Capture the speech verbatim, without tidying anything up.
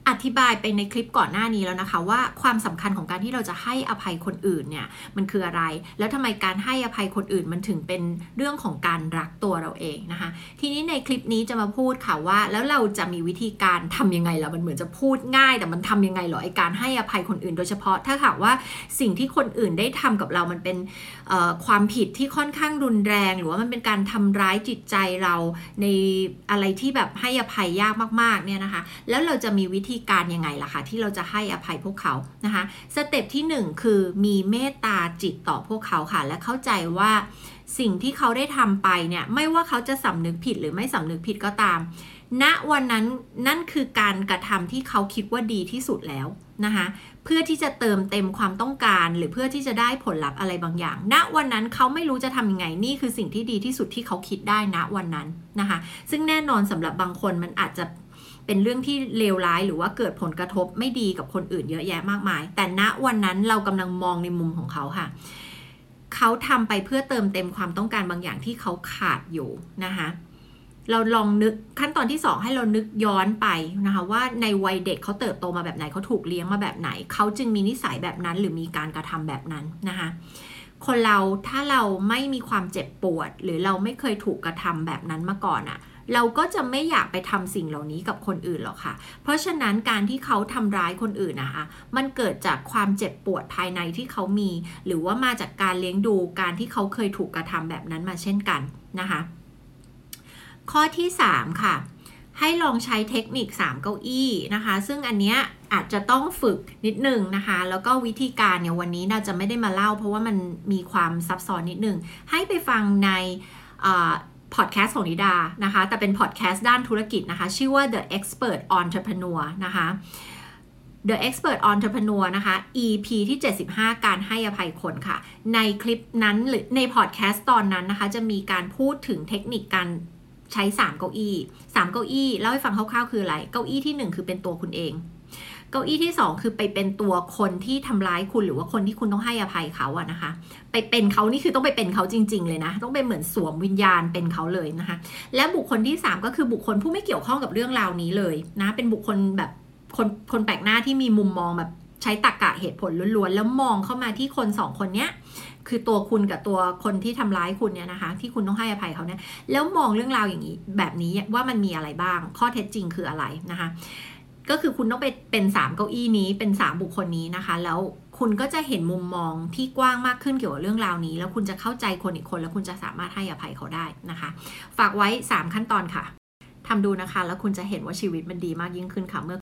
อธิบายไปในคลิปก่อนหน้านี้แล้วนะคะว่าความสำคัญของการที่เราจะให้อภัยคนอื่นเนี่ยมันคืออะไรแล้วทำไมการให้อภัยคนอื่นมันถึงเป็นเรื่องของการรักตัวเราเองนะคะทีนี้ในคลิปนี้จะมาพูดค่ะว่าแล้วเราจะมีวิธีการทำยังไงล่ะมันเหมือนจะพูดง่ายแต่มันทำยังไงหรอไอการให้อภัยคนอื่นโดยเฉพาะถ้าหากว่าสิ่งที่คนอื่นได้ทำกับเรามันเป็นความผิดที่ค่อนข้างรุนแรงหรือว่ามันเป็นการทำร้ายจิตใจเราในอะไรที่แบบให้อภัยยากมากๆเนี่ยนะคะแล้วเราจะมีวิธีการยังไงล่ะคะที่เราจะให้อภัยพวกเขานะคะสเต็ปที่หนึ่งคือมีเมตตาจิตต่อพวกเขาค่ะและเข้าใจว่าสิ่งที่เขาได้ทำไปเนี่ยไม่ว่าเขาจะสำนึกผิดหรือไม่สำนึกผิดก็ตามณวันนั้นนั่นคือการกระทำที่เขาคิดว่าดีที่สุดแล้วนะคะเพื่อที่จะเติมเต็มความต้องการหรือเพื่อที่จะได้ผลลัพธ์อะไรบางอย่างณวันนั้นเขาไม่รู้จะทำยังไงนี่คือสิ่งที่ดีที่สุดที่เขาคิดได้ณวันนั้นนะคะซึ่งแน่นอนสำหรับบางคนมันอาจจะเป็นเรื่องที่เลวร้ายหรือว่าเกิดผลกระทบไม่ดีกับคนอื่นเยอะแยะมากมายแต่ณวันนั้นเรากำลังมองในมุมของเขาค่ะเขาทำไปเพื่อเติมเต็มความต้องการบางอย่างที่เขาขาดอยู่นะคะเราลองนึกขั้นตอนที่สองให้เรานึกย้อนไปนะคะว่าในวัยเด็กเขาเติบโตมาแบบไหนเขาถูกเลี้ยงมาแบบไหนเขาจึงมีนิสัยแบบนั้นหรือมีการกระทำแบบนั้นนะคะคนเราถ้าเราไม่มีความเจ็บปวดหรือเราไม่เคยถูกกระทำแบบนั้นมาก่อนอะเราก็จะไม่อยากไปทำสิ่งเหล่านี้กับคนอื่นหรอกค่ะเพราะฉะนั้นการที่เขาทำร้ายคนอื่นนะคะมันเกิดจากความเจ็บปวดภายในที่เขามีหรือว่ามาจากการเลี้ยงดูการที่เขาเคยถูกกระทำแบบนั้นมาเช่นกันนะคะข้อที่สามค่ะให้ลองใช้เทคนิคสามเก้าอี้นะคะซึ่งอันเนี้ยอาจจะต้องฝึกนิดนึงนะคะแล้วก็วิธีการเนี่ยวันนี้น่าจะไม่ได้มาเล่าเพราะว่ามันมีความซับซ้อนนิดนึงให้ไปฟังในพอดแคสต์ของนิดานะคะแต่เป็นพอดแคสต์ด้านธุรกิจนะคะชื่อว่า The Expert Entrepreneur นะคะ The Expert Entrepreneur นะคะ อี พี ที่เจ็ดสิบห้าการให้อภัยคนค่ะในคลิปนั้นหรือในพอดแคสต์ตอนนั้นนะคะจะมีการพูดถึงเทคนิคการใช้สามเก้าอี้สามเก้าอี้เล่าให้ฟังคร่าวๆคืออะไรเก้าอี้ที่หนึ่งคือเป็นตัวคุณเองเก้าอี้ที่สองคือไปเป็นตัวคนที่ทำร้ายคุณหรือว่าคนที่คุณต้องให้อภัยเขาอะนะคะไปเป็นเขานี่คือต้องไปเป็นเขาจริงๆเลยนะต้องเป็นเหมือนสวมวิญญาณเป็นเขาเลยนะคะและบุคคลที่สามก็คือบุคคลผู้ไม่เกี่ยวข้องกับเรื่องราวนี้เลยนะเป็นบุคคลแบบคนคนแปลกหน้าที่มีมุมมองแบบใช้ตรรกะเหตุผลล้วนๆแล้วมองเข้ามาที่คนสองคนเนี้ยคือตัวคุณกับตัวคนที่ทำร้ายคุณเนี่ยนะคะที่คุณต้องให้อภัยเขาเนี่ยแล้วมองเรื่องราวอย่างนี้แบบนี้ว่ามันมีอะไรบ้างข้อเท็จจริงคืออะไรนะคะก็คือคุณต้องไปเป็นสามเก้าอี้นี้เป็นสามบุคคลนี้นะคะแล้วคุณก็จะเห็นมุมมองที่กว้างมากขึ้นเกี่ยวกับเรื่องราวนี้แล้วคุณจะเข้าใจคนอีกคนแล้วคุณจะสามารถให้อภัยเขาได้นะคะฝากไว้สามขั้นตอนค่ะทำดูนะคะแล้วคุณจะเห็นว่าชีวิตมันดีมากยิ่งขึ้นค่ะเมื่อ